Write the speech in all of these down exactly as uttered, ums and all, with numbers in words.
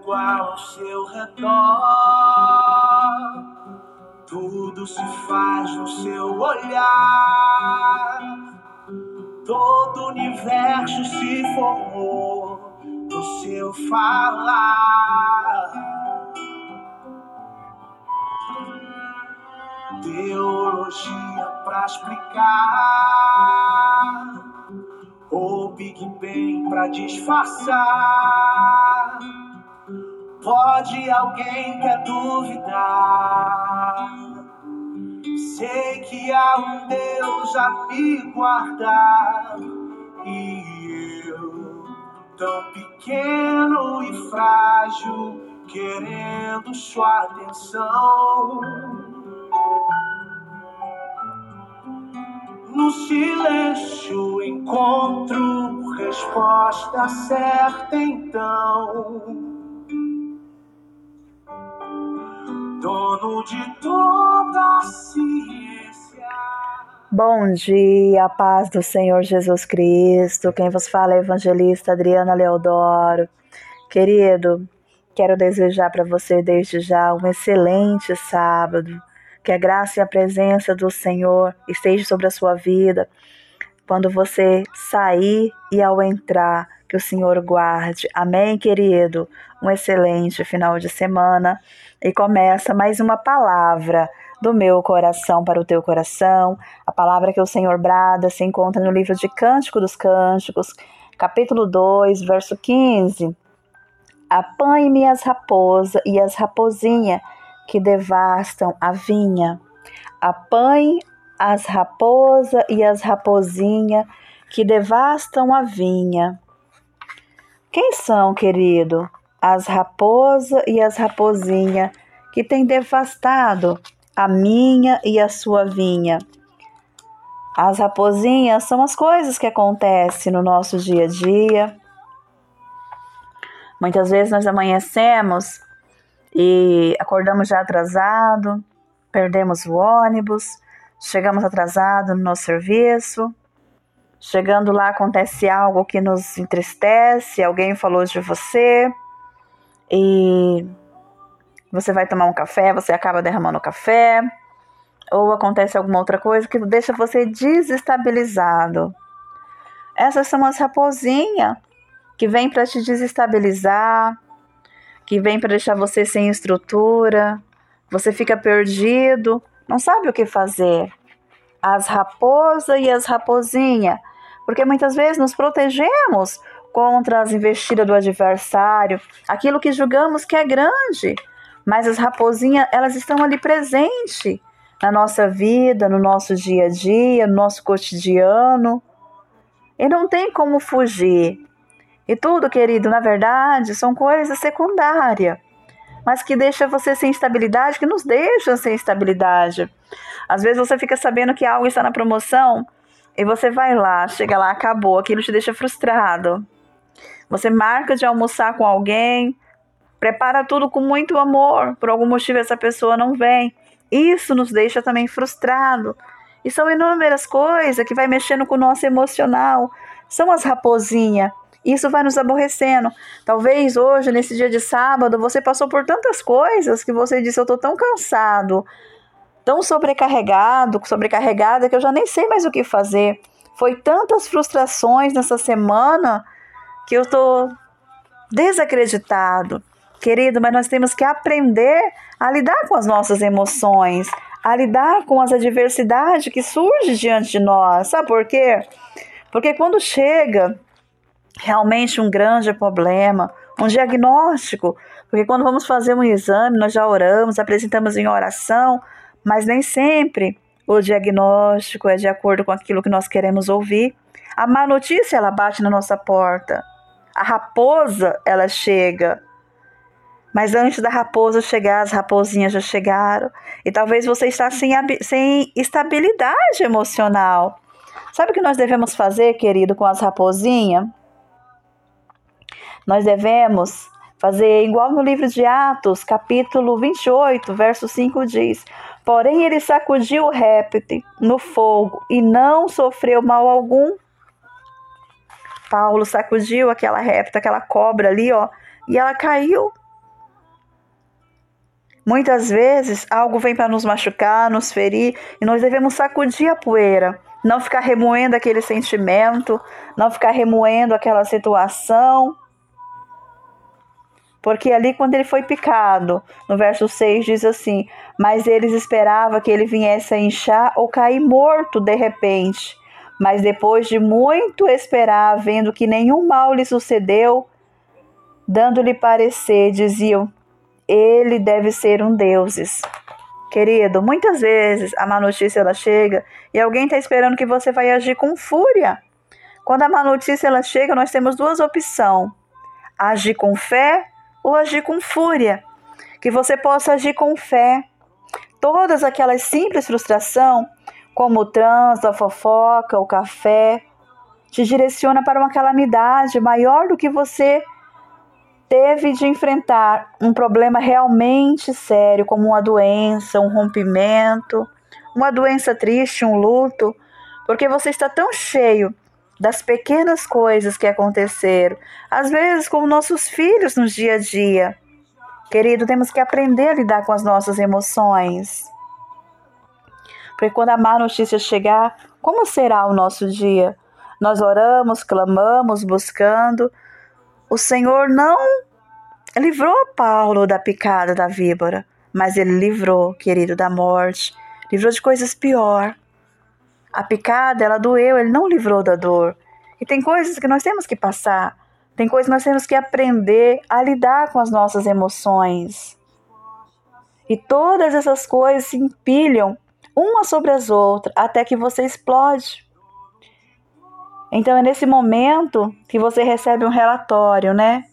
igual ao seu redor. Tudo se faz no seu olhar. Todo o universo se formou no seu falar. Teologia pra explicar, ou Big Bang pra disfarçar. Pode alguém quer duvidar? Sei que há um Deus a me guardar, e eu, tão pequeno e frágil, querendo sua atenção. No silêncio encontro resposta certa, então. Dono de toda a ciência. Bom dia, paz do Senhor Jesus Cristo. Quem vos fala é a evangelista Adriana Leodoro. Querido, quero desejar para você desde já um excelente sábado. Que a graça e a presença do Senhor esteja sobre a sua vida. Quando você sair e ao entrar, que o Senhor guarde. Amém, querido? Um excelente final de semana. E começa mais uma palavra do meu coração para o teu coração. A palavra que o Senhor brada se encontra no livro de Cântico dos Cânticos, capítulo dois, verso quinze. Apanhe-me as raposas e as rapozinhas que devastam a vinha. Apanhe as raposas e as rapozinhas que devastam a vinha. Quem são, querido? As raposas e as rapozinhas que têm devastado a minha e a sua vinha. As rapozinhas são as coisas que acontecem no nosso dia a dia. Muitas vezes nós amanhecemos e acordamos já atrasado, perdemos o ônibus, chegamos atrasado no nosso serviço. Chegando lá acontece algo que nos entristece, alguém falou de você e você vai tomar um café, você acaba derramando o café, ou acontece alguma outra coisa que deixa você desestabilizado. Essas são as raposinhas que vêm para te desestabilizar, que vêm para deixar você sem estrutura, você fica perdido, não sabe o que fazer. As raposas e as raposinhas, porque muitas vezes nos protegemos contra as investidas do adversário, aquilo que julgamos que é grande, mas as raposinhas, elas estão ali presentes na nossa vida, no nosso dia a dia, no nosso cotidiano, e não tem como fugir. E tudo, querido, na verdade, são coisas secundárias, mas que deixam você sem estabilidade, que nos deixam sem estabilidade. Às vezes você fica sabendo que algo está na promoção e você vai lá, chega lá, acabou, aquilo te deixa frustrado. Você marca de almoçar com alguém, prepara tudo com muito amor, por algum motivo essa pessoa não vem. Isso nos deixa também frustrado. E são inúmeras coisas que vai mexendo com o nosso emocional. São as raposinhas. Isso vai nos aborrecendo. Talvez hoje, nesse dia de sábado, você passou por tantas coisas que você disse, eu estou tão cansado, tão sobrecarregado, sobrecarregada, que eu já nem sei mais o que fazer. Foi tantas frustrações nessa semana que eu estou desacreditado. Querido, mas nós temos que aprender a lidar com as nossas emoções, a lidar com as adversidades que surgem diante de nós. Sabe por quê? Porque quando chega realmente um grande problema, um diagnóstico, porque quando vamos fazer um exame, nós já oramos, apresentamos em oração, mas nem sempre o diagnóstico é de acordo com aquilo que nós queremos ouvir. A má notícia, ela bate na nossa porta. A raposa, ela chega. Mas antes da raposa chegar, as raposinhas já chegaram. E talvez você está sem, sem estabilidade emocional. Sabe o que nós devemos fazer, querido, com as raposinhas? Nós devemos fazer igual no livro de Atos, capítulo vinte e oito, verso cinco diz: porém ele sacudiu o réptil no fogo e não sofreu mal algum. Paulo sacudiu aquela réptil, aquela cobra ali, ó, e ela caiu Muitas vezes algo vem para nos machucar, nos ferir, e nós devemos sacudir a poeira, não ficar remoendo aquele sentimento, não ficar remoendo aquela situação. Porque ali quando ele foi picado, no verso seis diz assim: mas eles esperavam que ele viesse a inchar ou cair morto de repente. Mas depois de muito esperar, vendo que nenhum mal lhe sucedeu, dando-lhe parecer, diziam: ele deve ser um deuses. Querido, muitas vezes a má notícia ela chega e alguém está esperando que você vai agir com fúria. Quando a má notícia ela chega, nós temos duas opções: agir com fé ou agir com fúria. Que você possa agir com fé. Todas aquelas simples frustrações, como o trânsito, a fofoca, o café, te direciona para uma calamidade maior do que você teve de enfrentar um problema realmente sério, como uma doença, um rompimento, uma doença triste, um luto, porque você está tão cheio das pequenas coisas que aconteceram, às vezes com nossos filhos no dia a dia. Querido, temos que aprender a lidar com as nossas emoções. Porque quando a má notícia chegar, como será o nosso dia? Nós oramos, clamamos, buscando. O Senhor não livrou Paulo da picada da víbora, mas ele livrou, querido, da morte. Livrou de coisas pior. A picada, ela doeu, ele não livrou da dor. E tem coisas que nós temos que passar. Tem coisas que nós temos que aprender a lidar com as nossas emoções. E todas essas coisas se empilham uma sobre as outras, até que você explode. Então é nesse momento que você recebe um relatório, né?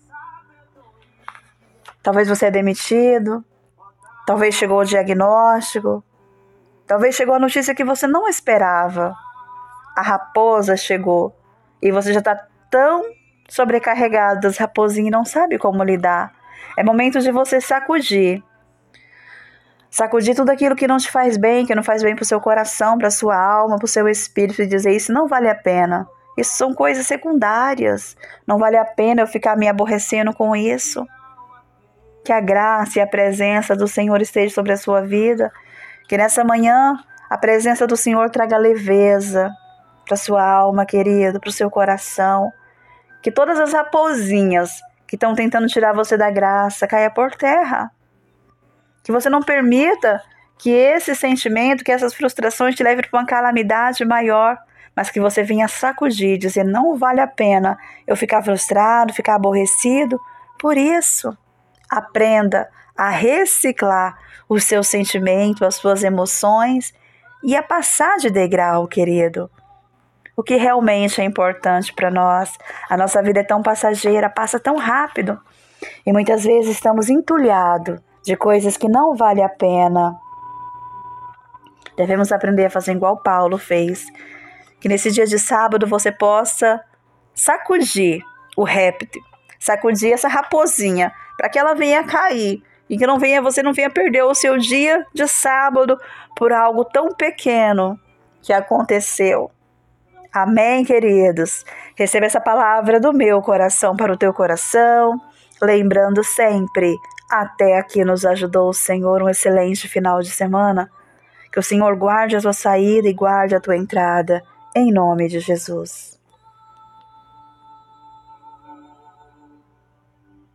Talvez você é demitido, talvez chegou o diagnóstico, talvez chegou a notícia que você não esperava. A raposa chegou e você já está tão sobrecarregado das raposinhas e não sabe como lidar. É momento de você sacudir. Sacudir tudo aquilo que não te faz bem, que não faz bem para o seu coração, para a sua alma, para o seu espírito, e dizer: isso não vale a pena. Isso são coisas secundárias. Não vale a pena eu ficar me aborrecendo com isso. Que a graça e a presença do Senhor esteja sobre a sua vida. Que nessa manhã a presença do Senhor traga leveza para a sua alma, querido, para o seu coração. Que todas as raposinhas que estão tentando tirar você da graça caia por terra. Que você não permita que esse sentimento, que essas frustrações te levem para uma calamidade maior, mas que você venha sacudir, dizer: não vale a pena eu ficar frustrado, ficar aborrecido. Por isso, aprenda a reciclar os seus sentimentos, as suas emoções e a passar de degrau, querido. O que realmente é importante para nós. A nossa vida é tão passageira, passa tão rápido. E muitas vezes estamos entulhados de coisas que não vale a pena. Devemos aprender a fazer igual Paulo fez. Que nesse dia de sábado você possa sacudir o réptil, sacudir essa raposinha, para que ela venha cair e que não venha, você não venha perder o seu dia de sábado por algo tão pequeno que aconteceu. Amém, queridos? Receba essa palavra do meu coração para o teu coração, lembrando sempre: até aqui nos ajudou o Senhor. Um excelente final de semana. Que o Senhor guarde a tua saída e guarde a tua entrada, em nome de Jesus.